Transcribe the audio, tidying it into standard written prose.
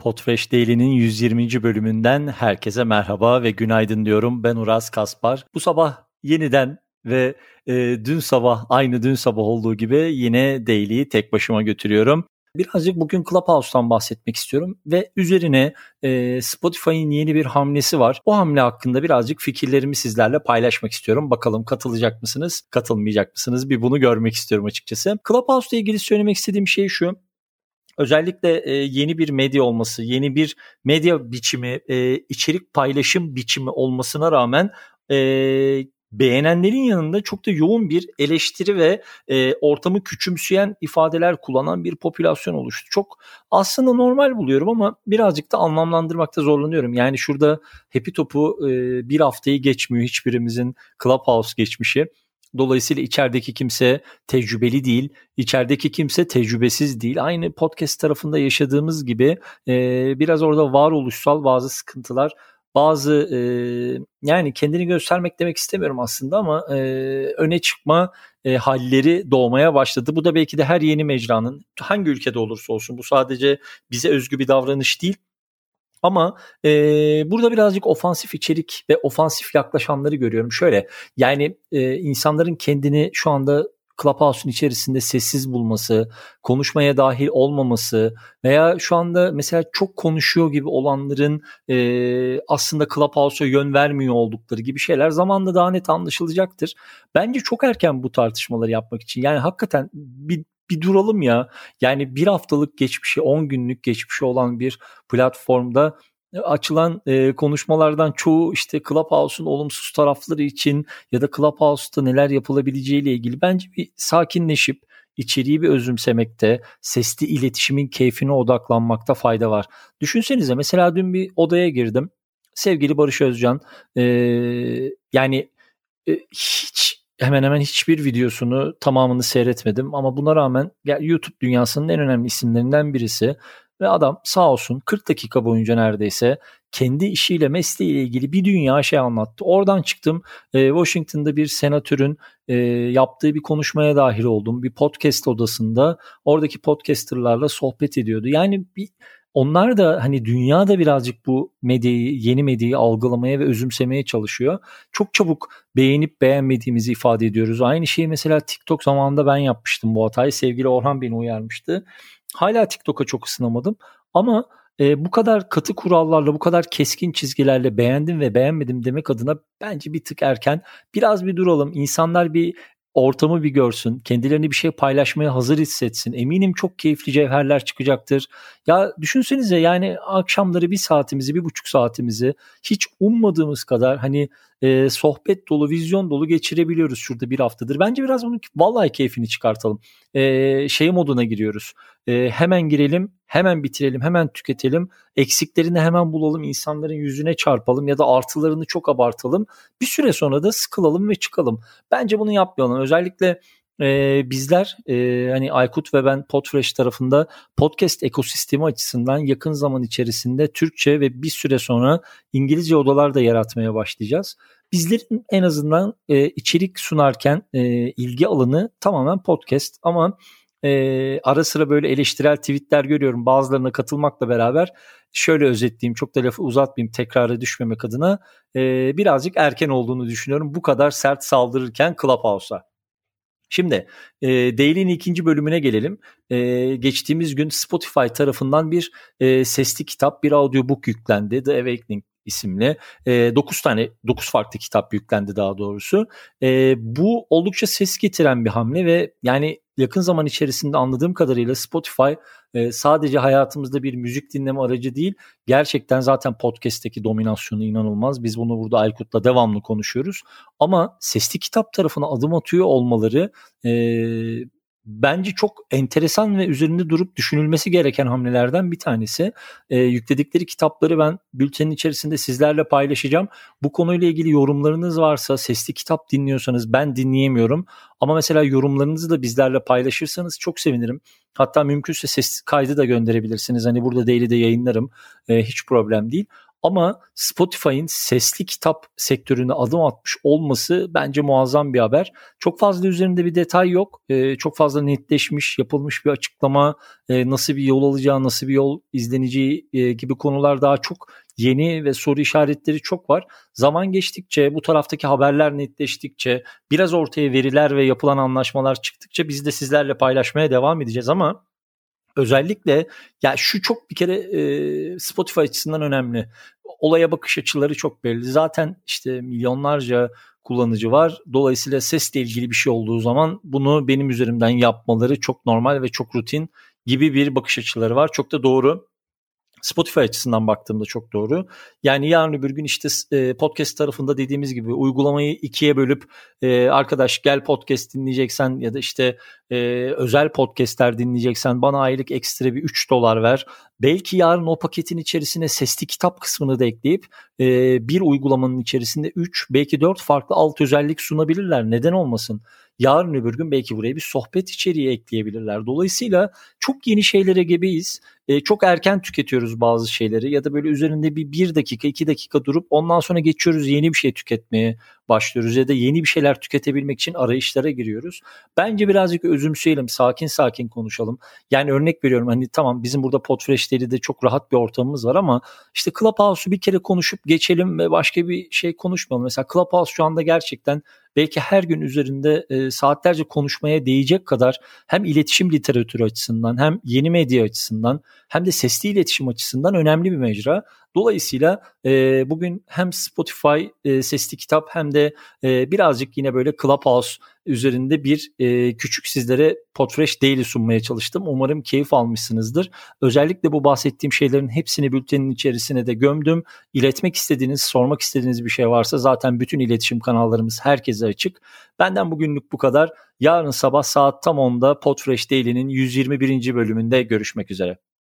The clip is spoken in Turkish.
Podfresh Daily'nin 120. bölümünden herkese merhaba ve günaydın diyorum. Ben Uras Kaspar. Bu sabah yeniden ve aynı dün sabah olduğu gibi yine Daily'yi tek başıma götürüyorum. Birazcık bugün Clubhouse'tan bahsetmek istiyorum ve üzerine Spotify'ın yeni bir hamlesi var. O hamle hakkında birazcık fikirlerimi sizlerle paylaşmak istiyorum. Bakalım katılacak mısınız, katılmayacak mısınız? Bir bunu görmek istiyorum açıkçası. Clubhouse'la ilgili söylemek istediğim şey şu. Özellikle yeni bir medya olması, yeni bir medya biçimi, içerik paylaşım biçimi olmasına rağmen beğenenlerin yanında çok da yoğun bir eleştiri ve ortamı küçümseyen ifadeler kullanan bir popülasyon oluştu. Çok aslında normal buluyorum ama birazcık da anlamlandırmakta zorlanıyorum. Yani şurada Happy Top'u bir haftayı geçmiyor hiçbirimizin Clubhouse geçmişi. Dolayısıyla içerideki kimse tecrübeli değil, içerideki kimse tecrübesiz değil. Aynı podcast tarafında yaşadığımız gibi biraz orada varoluşsal bazı sıkıntılar, bazı yani kendini göstermek demek istemiyorum aslında ama öne çıkma halleri doğmaya başladı. Bu da belki de her yeni mecranın hangi ülkede olursa olsun, bu sadece bize özgü bir davranış değil. Ama burada birazcık ofansif içerik ve ofansif yaklaşanları görüyorum. Şöyle, yani insanların kendini şu anda Clubhouse'un içerisinde sessiz bulması, konuşmaya dahil olmaması veya şu anda mesela çok konuşuyor gibi olanların aslında Clubhouse'a yön vermiyor oldukları gibi şeyler zamanla daha net anlaşılacaktır. Bence çok erken bu tartışmaları yapmak için. Yani hakikaten bir duralım ya. Yani bir haftalık geçmişi, 10 günlük geçmişi olan bir platformda açılan konuşmalardan çoğu işte Clubhouse'un olumsuz tarafları için ya da Clubhouse'da neler yapılabileceğiyle ilgili. Bence bir sakinleşip içeriği bir özümsemekte, sesli iletişimin keyfine odaklanmakta fayda var. Düşünsenize, mesela dün bir odaya girdim. Sevgili Barış Özcan yani hemen hemen hiçbir videosunu tamamını seyretmedim ama buna rağmen YouTube dünyasının en önemli isimlerinden birisi ve adam sağ olsun 40 dakika boyunca neredeyse kendi işiyle, mesleğiyle ilgili bir dünya şey anlattı. Oradan çıktım, Washington'da bir senatörün yaptığı bir konuşmaya dahil oldum. Bir podcast odasında oradaki podcasterlarla sohbet ediyordu. Yani onlar da hani dünyada birazcık bu medyayı, yeni medyayı algılamaya ve özümsemeye çalışıyor. Çok çabuk beğenip beğenmediğimizi ifade ediyoruz. Aynı şeyi mesela TikTok zamanında ben yapmıştım bu hatayı. Sevgili Orhan beni uyarmıştı. Hala TikTok'a çok ısınamadım ama bu kadar katı kurallarla, bu kadar keskin çizgilerle beğendim ve beğenmedim demek adına bence bir tık erken. Biraz bir duralım. İnsanlar bir ortamı bir görsün, kendilerini bir şey paylaşmaya hazır hissetsin. Eminim çok keyifli cevherler çıkacaktır. Ya düşünsenize, yani akşamları bir saatimizi, 1,5 saatimizi hiç ummadığımız kadar hani sohbet dolu, vizyon dolu geçirebiliyoruz şurada bir haftadır. Bence biraz bunun vallahi keyfini çıkartalım. Şey moduna giriyoruz. Hemen girelim, hemen bitirelim, hemen tüketelim. Eksiklerini hemen bulalım, insanların yüzüne çarpalım ya da artılarını çok abartalım. Bir süre sonra da sıkılalım ve çıkalım. Bence bunu yapmayalım. Özellikle bizler hani Aykut ve ben Podfresh tarafında podcast ekosistemi açısından yakın zaman içerisinde Türkçe ve bir süre sonra İngilizce odalar da yaratmaya başlayacağız. Bizlerin en azından içerik sunarken ilgi alanı tamamen podcast ama ara sıra böyle eleştirel tweetler görüyorum. Bazılarına katılmakla beraber şöyle özetleyeyim, çok da lafı uzatmayayım tekrara düşmemek adına, birazcık erken olduğunu düşünüyorum bu kadar sert saldırırken Clubhouse'a. Şimdi Daily'nin ikinci bölümüne gelelim. Geçtiğimiz gün Spotify tarafından bir sesli kitap, bir audiobook yüklendi. The Awakening isimli. 9 farklı kitap yüklendi daha doğrusu. Bu oldukça ses getiren bir hamle ve yani yakın zaman içerisinde anladığım kadarıyla Spotify sadece hayatımızda bir müzik dinleme aracı değil, gerçekten zaten podcast'teki dominasyonu inanılmaz. Biz bunu burada Aykut'la devamlı konuşuyoruz. Ama sesli kitap tarafına adım atıyor olmaları bence çok enteresan ve üzerinde durup düşünülmesi gereken hamlelerden bir tanesi. Yükledikleri kitapları ben bültenin içerisinde sizlerle paylaşacağım. Bu konuyla ilgili yorumlarınız varsa, sesli kitap dinliyorsanız, ben dinleyemiyorum ama mesela yorumlarınızı da bizlerle paylaşırsanız çok sevinirim. Hatta mümkünse ses kaydı da gönderebilirsiniz. Hani burada Daily'de yayınlarım. Hiç problem değil. Ama Spotify'ın sesli kitap sektörüne adım atmış olması bence muazzam bir haber. Çok fazla üzerinde bir detay yok. Çok fazla netleşmiş, yapılmış bir açıklama, nasıl bir yol alacağı, nasıl bir yol izleneceği gibi konular daha çok yeni ve soru işaretleri çok var. Zaman geçtikçe, bu taraftaki haberler netleştikçe, biraz ortaya veriler ve yapılan anlaşmalar çıktıkça biz de sizlerle paylaşmaya devam edeceğiz ama özellikle ya şu çok bir kere Spotify açısından önemli. Olaya bakış açıları çok belli. Zaten işte milyonlarca kullanıcı var. Dolayısıyla sesle ilgili bir şey olduğu zaman bunu benim üzerimden yapmaları çok normal ve çok rutin gibi bir bakış açıları var. Çok da doğru. Spotify açısından baktığımda çok doğru. Yani yarın öbür gün işte podcast tarafında dediğimiz gibi uygulamayı ikiye bölüp arkadaş gel podcast dinleyeceksen ya da işte özel podcastler dinleyeceksen bana aylık ekstra bir $3 ver. Belki yarın o paketin içerisine sesli kitap kısmını da ekleyip bir uygulamanın içerisinde 3 belki 4 farklı alt özellik sunabilirler. Neden olmasın? Yarın öbür gün belki buraya bir sohbet içeriği ekleyebilirler. Dolayısıyla çok yeni şeylere gebeyiz. Çok erken tüketiyoruz bazı şeyleri ya da böyle üzerinde bir dakika 2 dakika durup ondan sonra geçiyoruz, yeni bir şey tüketmeye başlıyoruz ya da yeni bir şeyler tüketebilmek için arayışlara giriyoruz. Bence birazcık özümseyelim, sakin sakin konuşalım. Yani örnek veriyorum, hani tamam bizim burada Podfresh'te de çok rahat bir ortamımız var ama işte Clubhouse'u bir kere konuşup geçelim ve başka bir şey konuşmayalım. Mesela Clubhouse şu anda gerçekten belki her gün üzerinde saatlerce konuşmaya değecek kadar hem iletişim literatürü açısından hem yeni medya açısından hem de sesli iletişim açısından önemli bir mecra. Dolayısıyla bugün hem Spotify sesli kitap hem de birazcık yine böyle Clubhouse üzerinde bir küçük sizlere Podfresh Daily sunmaya çalıştım. Umarım keyif almışsınızdır. Özellikle bu bahsettiğim şeylerin hepsini bültenin içerisine de gömdüm. İletmek istediğiniz, sormak istediğiniz bir şey varsa zaten bütün iletişim kanallarımız herkese açık. Benden bugünlük bu kadar. Yarın sabah saat tam 10'da Podfresh Daily'nin 121. bölümünde görüşmek üzere.